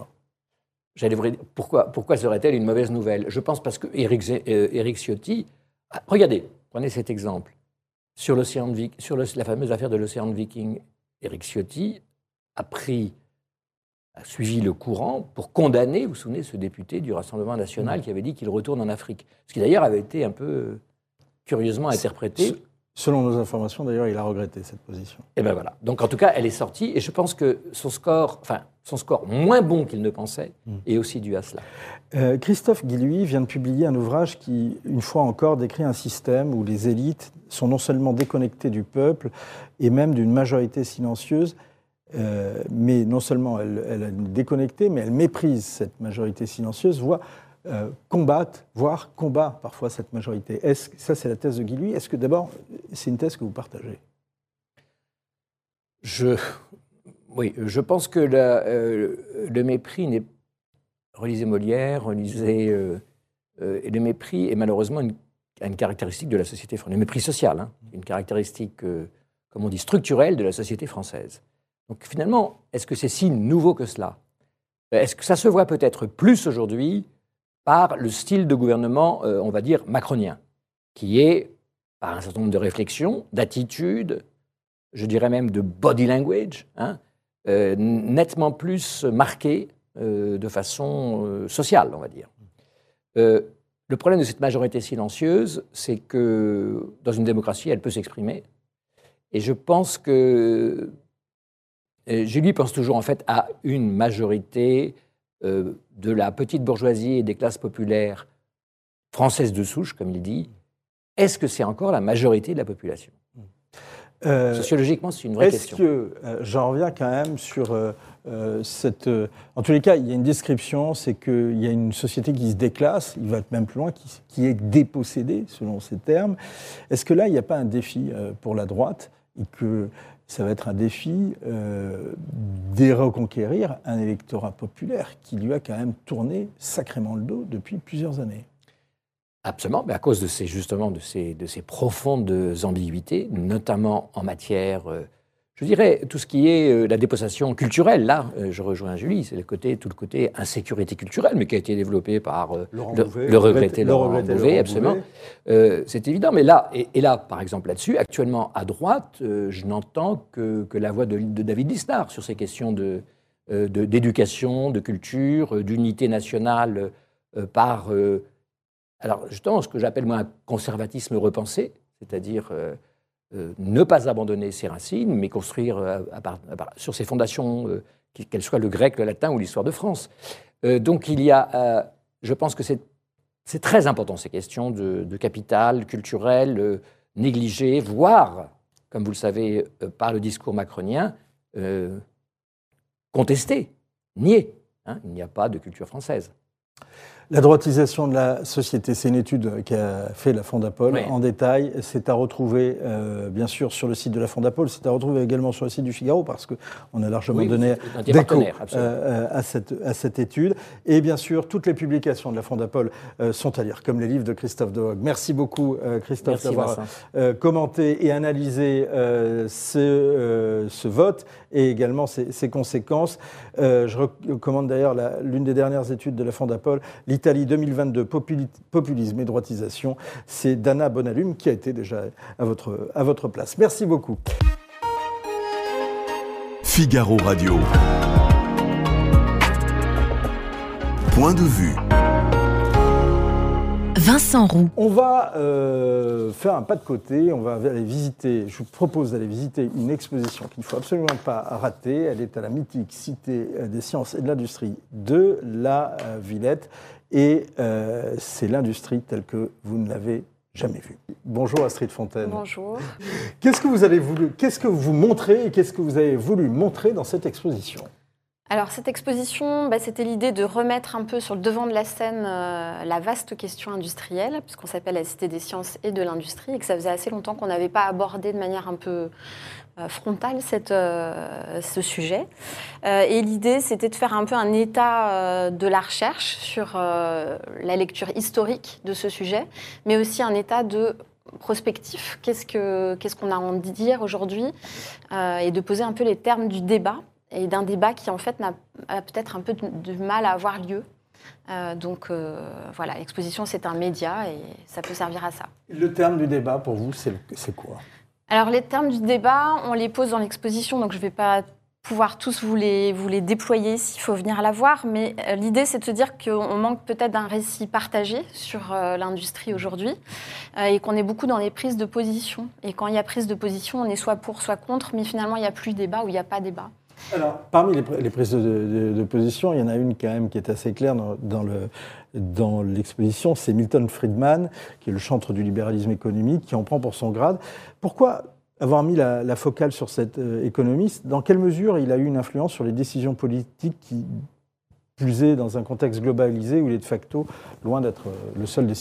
J'allais vous dire, pourquoi, pourquoi serait-elle une mauvaise nouvelle ? Je pense parce que Éric, euh, Éric Ciotti... Ah, regardez, prenez cet exemple. Sur, l'océan de, sur le, la fameuse affaire de l'Océan Viking, Éric Ciotti a pris, a suivi le courant pour condamner, vous vous souvenez, ce député du Rassemblement national mmh. qui avait dit qu'il retourne en Afrique. Ce qui d'ailleurs avait été un peu curieusement interprété... C'est... Selon nos informations, d'ailleurs, il a regretté cette position. Et bien voilà. Donc, en tout cas, elle est sortie. Et je pense que son score, enfin, son score moins bon qu'il ne pensait, mmh. est aussi dû à cela. Euh, Christophe Guilluy vient de publier un ouvrage qui, une fois encore, décrit un système où les élites sont non seulement déconnectées du peuple et même d'une majorité silencieuse, euh, mais non seulement elle, elle est déconnectée, mais elle méprise cette majorité silencieuse, voire... Euh, combattent, voire combat parfois cette majorité. Est-ce, ça, c'est la thèse de Guilluy. Est-ce que d'abord, c'est une thèse que vous partagez ? Je, oui, je pense que la, euh, le mépris n'est... Relisez Molière, relisez... Euh, euh, et le mépris est malheureusement une, une caractéristique de la société française. Le mépris social, hein, une caractéristique, euh, comme on dit, structurelle de la société française. Donc finalement, est-ce que c'est si nouveau que cela? Est-ce que ça se voit peut-être plus aujourd'hui par le style de gouvernement, euh, on va dire, macronien, qui est, par un certain nombre de réflexions, d'attitudes, je dirais même de body language, hein, euh, nettement plus marqué euh, de façon euh, sociale, on va dire. Euh, le problème de cette majorité silencieuse, c'est que dans une démocratie, elle peut s'exprimer. Et je pense que... Euh, Julie pense toujours en fait à une majorité euh, de la petite bourgeoisie et des classes populaires françaises de souche, comme il dit. Est-ce que c'est encore la majorité de la population? euh, Sociologiquement, c'est une vraie est-ce question. Est-ce que, euh, j'en reviens quand même sur euh, euh, cette... Euh, en tous les cas, il y a une description, c'est qu'il y a une société qui se déclasse, il va même plus loin, qui, qui est dépossédée, selon ces termes. Est-ce que là, il n'y a pas un défi euh, pour la droite et que ça va être un défi euh, de reconquérir un électorat populaire qui lui a quand même tourné sacrément le dos depuis plusieurs années? Absolument, mais à cause de ces, justement de ces, de ces profondes ambiguïtés, notamment en matière, euh, je dirais, tout ce qui est euh, la dépossession culturelle. Là, euh, je rejoins Julie, c'est le côté, tout le côté insécurité culturelle, mais qui a été développé par euh, Laurent le, Bouvet, le regretté le Laurent regretté Bouvet, Laurent absolument. Bouvet. Euh, c'est évident, mais là, et, et là, par exemple, là-dessus, actuellement, à droite, euh, je n'entends que, que la voix de, de David Lisnard sur ces questions de, euh, de, d'éducation, de culture, euh, d'unité nationale euh, par... Euh, Alors, justement, ce que j'appelle, moi, un conservatisme repensé, c'est-à-dire euh, euh, ne pas abandonner ses racines, mais construire euh, à part, à part, sur ses fondations, euh, qu'elles soient le grec, le latin ou l'histoire de France. Euh, donc, il y a, euh, je pense que c'est, c'est très important, ces questions de, de capital culturel euh, négligé, voire, comme vous le savez, euh, par le discours macronien, euh, contesté, nié. Hein, il n'y a pas de culture française. La droitisation de la société, c'est une étude qu'a fait la Fondapol Oui. en détail. C'est à retrouver, euh, bien sûr, sur le site de la Fondapol. C'est à retrouver également sur le site du Figaro, parce qu'on a largement Oui, donné des d'écho partenaires, euh, à, cette, à cette étude. Et bien sûr, toutes les publications de la Fondapol euh, sont à lire, comme les livres de Christophe Doog. Merci beaucoup, euh, Christophe, Merci, d'avoir Vincent. euh, commenté et analysé euh, ce, euh, ce vote et également ses, ses conséquences. Euh, je recommande d'ailleurs la, l'une des dernières études de la Fondapol, l'Italie deux mille vingt-deux, populi- populisme et droitisation. C'est Dana Bonalume qui a été déjà à votre, à votre place. Merci beaucoup. Figaro Radio. Point de vue. Vincent Roux. On va euh, faire un pas de côté, on va aller visiter, je vous propose d'aller visiter une exposition qu'il ne faut absolument pas rater. Elle est à la mythique Cité des sciences et de l'industrie de la Villette. Et euh, c'est l'industrie telle que vous ne l'avez jamais vue. Bonjour Astrid Fontaine. Bonjour. Qu'est-ce que vous avez voulu, qu'est-ce que vous montrez et qu'est-ce que vous avez voulu montrer dans cette exposition ? Alors cette exposition, bah, c'était l'idée de remettre un peu sur le devant de la scène euh, la vaste question industrielle, puisqu'on s'appelle la Cité des sciences et de l'industrie, et que ça faisait assez longtemps qu'on n'avait pas abordé de manière un peu euh, frontale cette, euh, ce sujet. Euh, et l'idée, c'était de faire un peu un état euh, de la recherche sur euh, la lecture historique de ce sujet, mais aussi un état de prospectif, qu'est-ce, que, qu'est-ce qu'on a envie de dire aujourd'hui, euh, et de poser un peu les termes du débat, et d'un débat qui, en fait, n'a, a peut-être un peu de, de mal à avoir lieu. Euh, donc, euh, voilà, l'exposition, c'est un média et ça peut servir à ça. Le terme du débat, pour vous, c'est, c'est quoi ? Alors, les termes du débat, on les pose dans l'exposition, donc je ne vais pas pouvoir tous vous les, vous les déployer ici, il faut venir la voir, mais euh, l'idée, c'est de se dire qu'on manque peut-être d'un récit partagé sur euh, l'industrie aujourd'hui, euh, et qu'on est beaucoup dans les prises de position. Et quand il y a prise de position, on est soit pour, soit contre, mais finalement, il n'y a plus débat ou il n'y a pas débat. Alors, parmi les, les prises de, de, de position, il y en a une quand même qui est assez claire dans, dans, le, dans l'exposition, c'est Milton Friedman, qui est le chantre du libéralisme économique, qui en prend pour son grade. Pourquoi avoir mis la, la focale sur cet euh, économiste ? Dans quelle mesure il a eu une influence sur les décisions politiques qui, plus est dans un contexte globalisé où il est de facto loin d'être le seul décisionnaire ?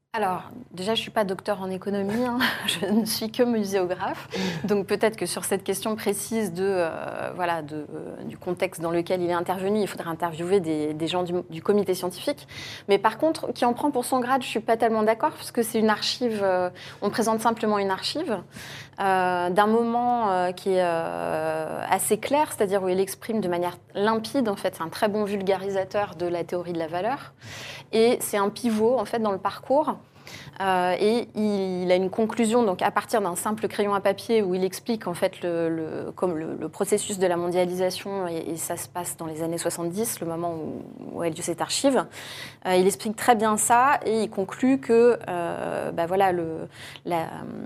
Alors, déjà, je ne suis pas docteur en économie, hein. Je ne suis que muséographe. Donc, peut-être que sur cette question précise de, euh, voilà, de, euh, du contexte dans lequel il est intervenu, il faudrait interviewer des, des gens du, du comité scientifique. Mais par contre, qui en prend pour son grade, je ne suis pas tellement d'accord, parce que c'est une archive, euh, on présente simplement une archive euh, d'un moment euh, qui est euh, assez clair, c'est-à-dire où il exprime de manière limpide, en fait, c'est un très bon vulgarisateur de la théorie de la valeur. Et c'est un pivot, en fait, dans le parcours. Euh, et il, il a une conclusion donc à partir d'un simple crayon à papier où il explique en fait le, le, comme le, le processus de la mondialisation et, et ça se passe dans les années soixante-dix, le moment où, où a lieu cette archive. Euh, il explique très bien ça et il conclut que euh, bah voilà, le, la,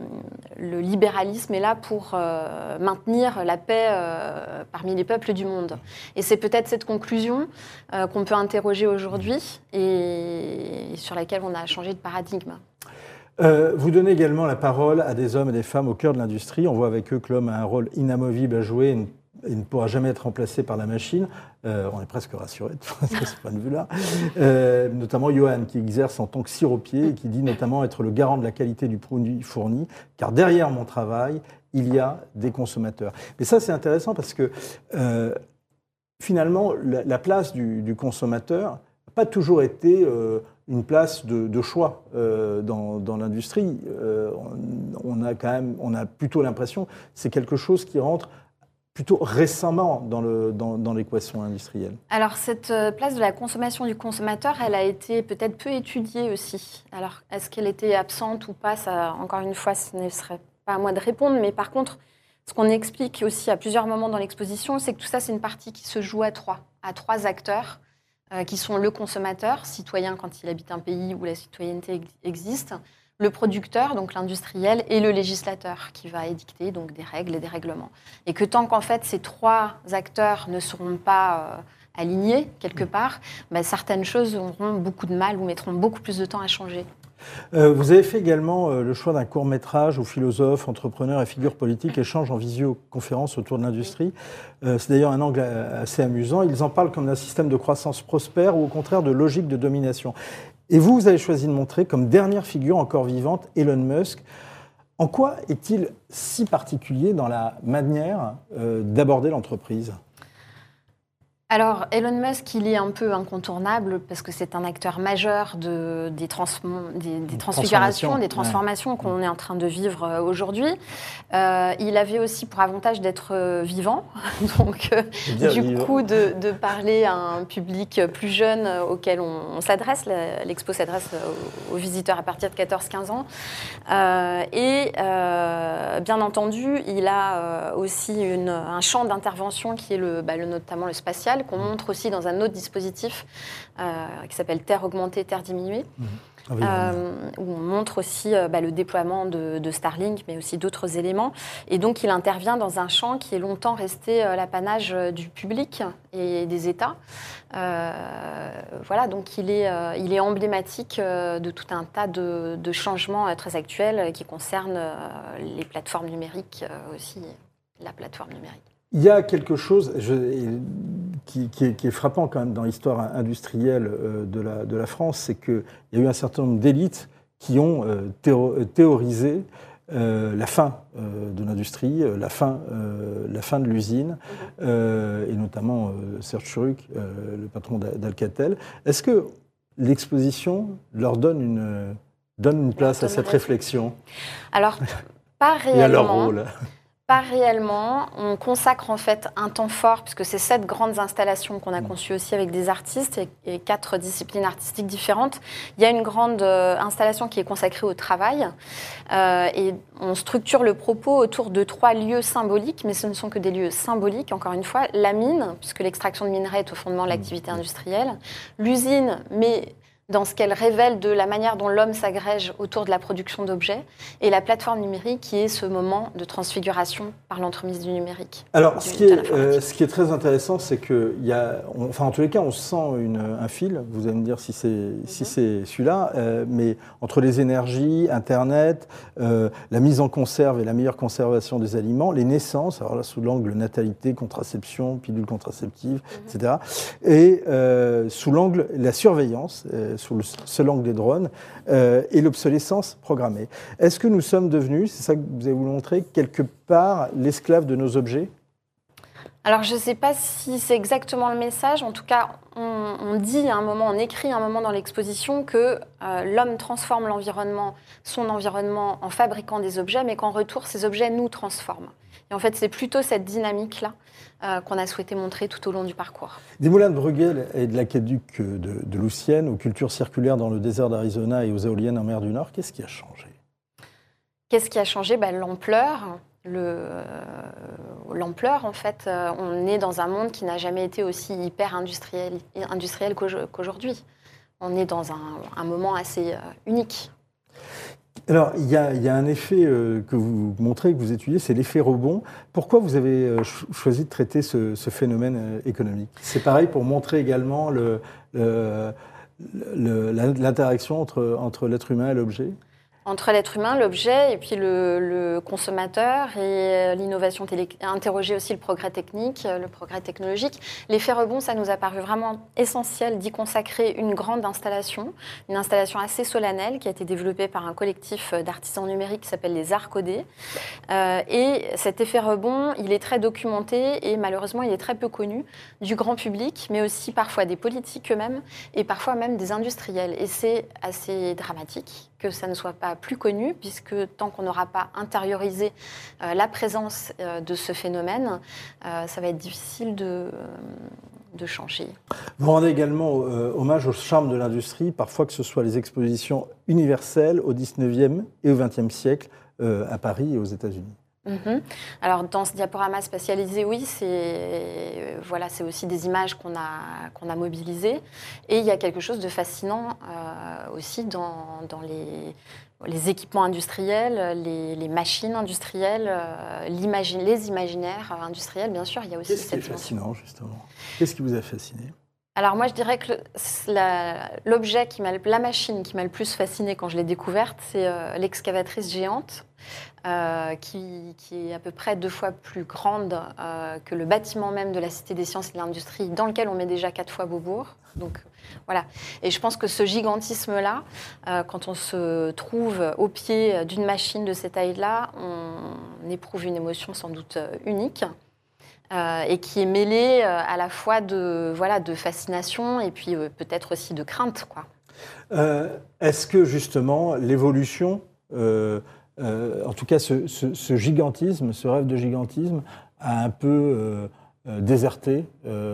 le libéralisme est là pour euh, maintenir la paix euh, parmi les peuples du monde. Et c'est peut-être cette conclusion euh, qu'on peut interroger aujourd'hui et, et sur laquelle on a changé de paradigme. Euh, vous donnez également la parole à des hommes et des femmes au cœur de l'industrie. On voit avec eux que l'homme a un rôle inamovible à jouer et ne, et ne pourra jamais être remplacé par la machine. Euh, on est presque rassuré de ce point de vue-là. Euh, notamment Johan, qui exerce en tant que siropier et qui dit notamment être le garant de la qualité du produit fourni, car derrière mon travail, il y a des consommateurs. Mais ça, c'est intéressant parce que euh, finalement, la, la place du, du consommateur n'a pas toujours été... Euh, une place de, de choix euh, dans, dans l'industrie. Euh, on, on a quand même, on a plutôt l'impression que c'est quelque chose qui rentre plutôt récemment dans, le, dans, dans l'équation industrielle. Alors, cette place de la consommation du consommateur, elle a été peut-être peu étudiée aussi. Alors, est-ce qu'elle était absente ou pas? Ça, encore une fois, ce ne serait pas à moi de répondre. Mais par contre, ce qu'on explique aussi à plusieurs moments dans l'exposition, c'est que tout ça, c'est une partie qui se joue à trois, à trois acteurs, qui sont le consommateur, citoyen quand il habite un pays où la citoyenneté existe, le producteur, donc l'industriel, et le législateur qui va édicter donc des règles et des règlements. Et que tant qu'en fait ces trois acteurs ne seront pas euh, alignés quelque part, bah, certaines choses auront beaucoup de mal ou mettront beaucoup plus de temps à changer. Euh, vous avez fait également euh, le choix d'un court-métrage où philosophes, entrepreneurs et figures politiques échangent en visioconférence autour de l'industrie. Euh, c'est d'ailleurs un angle assez amusant. Ils en parlent comme d'un système de croissance prospère ou au contraire de logique de domination. Et vous, vous avez choisi de montrer comme dernière figure encore vivante Elon Musk. En quoi est-il si particulier dans la manière euh, d'aborder l'entreprise ? Alors, Elon Musk, il est un peu incontournable parce que c'est un acteur majeur de, des, trans, des, des transfigurations, des transformations ouais. qu'on est en train de vivre aujourd'hui. Euh, il avait aussi pour avantage d'être vivant, donc euh, du vivant. coup de, de parler à un public plus jeune auquel on, on s'adresse. L'expo s'adresse aux, aux visiteurs à partir de quatorze quinze ans. Euh, et euh, bien entendu, il a euh, aussi une, un champ d'intervention qui est le, bah, le, notamment le spatial, qu'on montre aussi dans un autre dispositif euh, qui s'appelle Terre augmentée, Terre diminuée, mmh. ah oui, euh, où on montre aussi euh, bah, le déploiement de, de Starlink, mais aussi d'autres éléments. Et donc, il intervient dans un champ qui est longtemps resté euh, l'apanage du public et des États. Euh, voilà, donc il est, euh, il est emblématique euh, de tout un tas de, de changements euh, très actuels euh, qui concernent euh, les plateformes numériques euh, aussi, la plateforme numérique. Il y a quelque chose je, qui, qui, est, qui est frappant quand même dans l'histoire industrielle de la, de la France, c'est qu'il y a eu un certain nombre d'élites qui ont théo, théorisé euh, la fin euh, de l'industrie, la fin, euh, la fin de l'usine, euh, et notamment euh, Serge Tchuruk, euh, le patron d'Alcatel. Est-ce que l'exposition leur donne une, donne une place à cette réflexion? Alors, pas réellement. Et à leur rôle. Pas réellement. On consacre en fait un temps fort, puisque c'est sept grandes installations qu'on a conçues aussi avec des artistes et, et quatre disciplines artistiques différentes. Il y a une grande euh, installation qui est consacrée au travail euh, et on structure le propos autour de trois lieux symboliques, mais ce ne sont que des lieux symboliques, encore une fois. La mine, puisque l'extraction de minerais est au fondement de l'activité industrielle. L'usine, mais dans ce qu'elle révèle de la manière dont l'homme s'agrège autour de la production d'objets, et la plateforme numérique qui est ce moment de transfiguration par l'entremise du numérique. Alors, du, ce, qui est, euh, ce qui est très intéressant, c'est qu'il y a, on, enfin en tous les cas, on sent une, un fil, vous allez me dire si c'est mm-hmm. si c'est celui-là, euh, mais entre les énergies, Internet, euh, la mise en conserve et la meilleure conservation des aliments, les naissances, alors là sous l'angle natalité, contraception, pilule contraceptive, mm-hmm. et cetera, et euh, sous l'angle la surveillance, euh, sous le seul angle des drones, euh, et l'obsolescence programmée. Est-ce que nous sommes devenus, c'est ça que vous avez voulu montrer, quelque part l'esclave de nos objets ? Alors, je ne sais pas si c'est exactement le message. En tout cas, on, on dit à un moment, on écrit à un moment dans l'exposition que euh, l'homme transforme l'environnement, son environnement, en fabriquant des objets, mais qu'en retour, ces objets nous transforment. Et en fait, c'est plutôt cette dynamique-là euh, qu'on a souhaité montrer tout au long du parcours. Des moulins de Bruegel et de l'aqueduc de, de Lucienne, aux cultures circulaires dans le désert d'Arizona et aux éoliennes en mer du Nord, qu'est-ce qui a changé ? Qu'est-ce qui a changé ? Ben, l'ampleur. Le, euh, l'ampleur, en fait, euh, on est dans un monde qui n'a jamais été aussi hyper industriel, industriel qu'aujourd'hui. On est dans un, un moment assez euh, unique. Alors, il y, y a un effet euh, que vous montrez, que vous étudiez, c'est l'effet rebond. Pourquoi vous avez euh, choisi de traiter ce, ce phénomène euh, économique ? C'est pareil pour montrer également le, le, le, l'interaction entre, entre l'être humain et l'objet ? Entre l'être humain, l'objet, et puis le, le consommateur et l'innovation, télé... interroger aussi le progrès technique, le progrès technologique. L'effet rebond, ça nous a paru vraiment essentiel d'y consacrer une grande installation, une installation assez solennelle qui a été développée par un collectif d'artisans numériques qui s'appelle les Arts Codés. Euh, et cet effet rebond, il est très documenté et malheureusement, il est très peu connu du grand public, mais aussi parfois des politiques eux-mêmes et parfois même des industriels. Et c'est assez dramatique que ça ne soit pas plus connu, puisque tant qu'on n'aura pas intériorisé euh, la présence euh, de ce phénomène, euh, ça va être difficile de, de changer. Vous rendez également euh, hommage au charme de l'industrie, parfois que ce soit les expositions universelles au dix-neuvième et au vingtième siècle euh, à Paris et aux États-Unis. Mmh. Alors dans ce diaporama spatialisé, oui, c'est euh, voilà, c'est aussi des images qu'on a qu'on a mobilisées, et il y a quelque chose de fascinant euh, aussi dans dans les les équipements industriels, les, les machines industrielles, euh, l'imagine, les imaginaires industriels, bien sûr, il y a aussi Qu'est-ce cette qui est fascinant justement ? Qu'est-ce qui vous a fasciné ? Alors moi, je dirais que le, la, l'objet qui m'a, la machine qui m'a le plus fascinée quand je l'ai découverte, c'est euh, l'excavatrice géante, euh, qui, qui est à peu près deux fois plus grande euh, que le bâtiment même de la Cité des Sciences et de l'Industrie, dans lequel on met déjà quatre fois Beaubourg. Donc voilà. Et je pense que ce gigantisme-là, euh, quand on se trouve au pied d'une machine de cette taille-là, on éprouve une émotion sans doute unique. Euh, et qui est mêlé euh, à la fois de, voilà, de fascination et puis euh, peut-être aussi de crainte, quoi. Euh, est-ce que justement l'évolution, euh, euh, en tout cas ce, ce, ce gigantisme, ce rêve de gigantisme, a un peu euh, euh, déserté,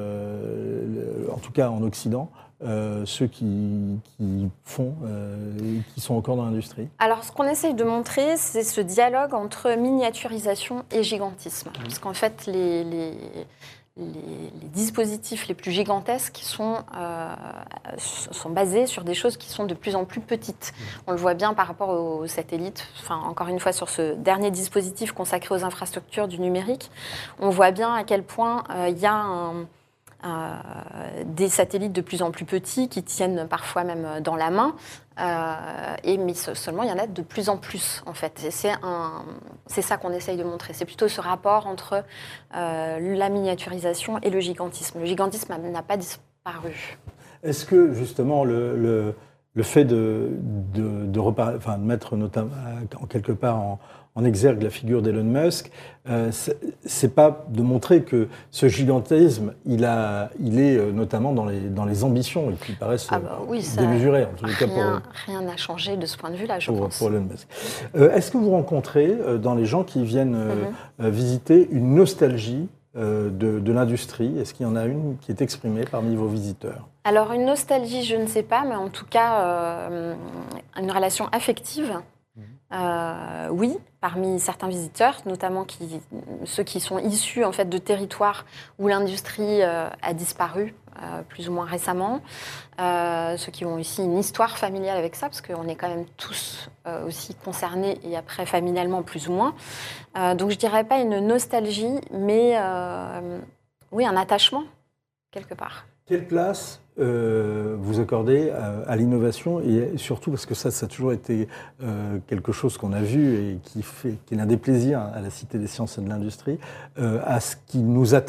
euh, en tout cas en Occident, Euh, ceux qui, qui font, euh, qui sont encore dans l'industrie ? Alors, ce qu'on essaye de montrer, c'est ce dialogue entre miniaturisation et gigantisme. Mmh. Parce qu'en fait, les, les, les, les dispositifs les plus gigantesques sont, euh, sont basés sur des choses qui sont de plus en plus petites. Mmh. On le voit bien par rapport aux satellites. Enfin, encore une fois, sur ce dernier dispositif consacré aux infrastructures du numérique, on voit bien à quel point il euh, y a un... Euh, des satellites de plus en plus petits qui tiennent parfois même dans la main, euh, et, mais seulement il y en a de plus en plus en fait. Et c'est, un, c'est ça qu'on essaye de montrer. C'est plutôt ce rapport entre euh, la miniaturisation et le gigantisme. Le gigantisme n'a pas disparu. Est-ce que justement le, le, le fait de, de, de, repar- enfin, de mettre notamment, en quelque part en, en exergue la figure d'Elon Musk, euh, c'est, c'est pas de montrer que ce gigantisme, il, a, il est euh, notamment dans les, dans les ambitions qui paraissent ah bah oui, ça, démesurées. En tous les rien, cas pour, rien n'a changé de ce point de vue-là, je pour, pense. Pour Elon Musk. Euh, est-ce que vous rencontrez euh, dans les gens qui viennent euh, mm-hmm. euh, visiter une nostalgie euh, de, de l'industrie ? Est-ce qu'il y en a une qui est exprimée parmi vos visiteurs ? Alors une nostalgie, je ne sais pas, mais en tout cas euh, une relation affective. Euh, oui, parmi certains visiteurs, notamment qui, ceux qui sont issus en fait, de territoires où l'industrie euh, a disparu euh, plus ou moins récemment, euh, ceux qui ont aussi une histoire familiale avec ça, parce qu'on est quand même tous euh, aussi concernés et après familialement plus ou moins. Euh, donc je ne dirais pas une nostalgie, mais euh, oui, un attachement quelque part. Quelle place euh, vous accordez à, à l'innovation et surtout parce que ça, ça a toujours été euh, quelque chose qu'on a vu et qui, fait, qui est l'un des plaisirs à la Cité des Sciences et de l'Industrie, euh, à ce qui nous attend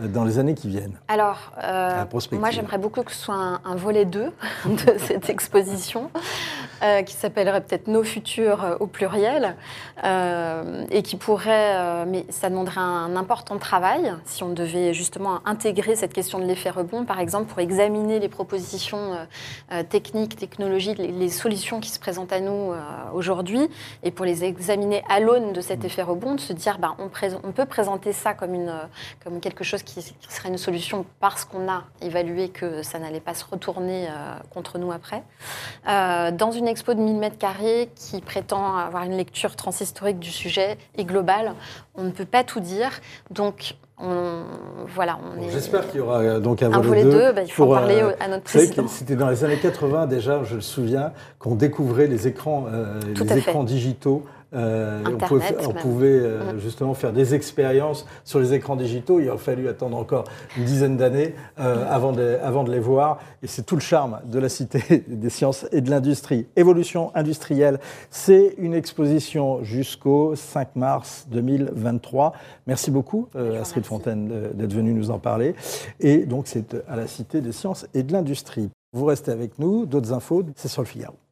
dans les années qui viennent? Alors, euh, moi j'aimerais beaucoup que ce soit un, un volet deux de cette exposition, euh, qui s'appellerait peut-être Nos futurs euh, au pluriel, euh, et qui pourrait, euh, mais ça demanderait un important travail, si on devait justement intégrer cette question de l'effet rebond, par exemple, pour examiner les propositions euh, techniques, technologiques, les, les solutions qui se présentent à nous euh, aujourd'hui, et pour les examiner à l'aune de cet effet rebond, de se dire, bah, on, on peut présenter ça comme, une, comme quelque chose qui, qui serait une solution parce qu'on a évalué que ça n'allait pas se retourner euh, contre nous après. Euh, dans une expo de mille mètres carrés qui prétend avoir une lecture transhistorique du sujet et globale, on ne peut pas tout dire. Donc, on, voilà, on bon, est... J'espère qu'il y aura donc un, un volet deux. Bah, il faut pour, en parler euh, à notre président. C'était dans les années quatre-vingts déjà, je le souviens, qu'on découvrait les écrans, euh, les écrans digitaux. Euh, Internet, on pouvait, on pouvait euh, justement faire des expériences sur les écrans digitaux. Il a fallu attendre encore une dizaine d'années euh, avant, de, avant de les voir. Et c'est tout le charme de la Cité des sciences et de l'industrie. Évolution industrielle, c'est une exposition jusqu'au cinq mars deux mille vingt-trois. Merci beaucoup, euh, Astrid Fontaine, d'être venue nous en parler. Et donc, c'est à la Cité des sciences et de l'industrie. Vous restez avec nous. D'autres infos, c'est sur le Figaro.